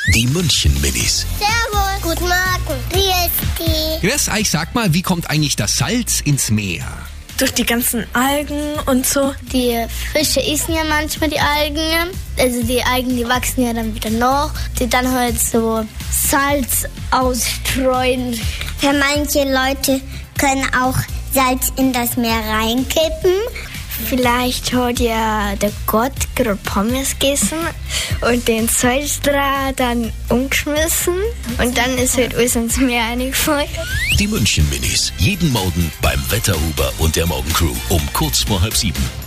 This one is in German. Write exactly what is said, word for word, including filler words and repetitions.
Die München-Minis. Servus. Guten Morgen. Wie ist die? Grüß euch, sag mal, wie kommt eigentlich das Salz ins Meer? Durch die ganzen Algen und so. Die Fische essen ja manchmal die Algen. Also die Algen, die wachsen ja dann wieder noch. Die dann halt so Salz ausstreuen. Für manche Leute können auch Salz in das Meer reinkippen. Vielleicht hat ja der Gott gerade Pommes gegessen und den Salzdraht dann umgeschmissen und dann ist halt alles ins Meer reingefallen. Die München-Minis. Jeden Morgen beim Wetterhuber und der Morgencrew um kurz vor halb sieben.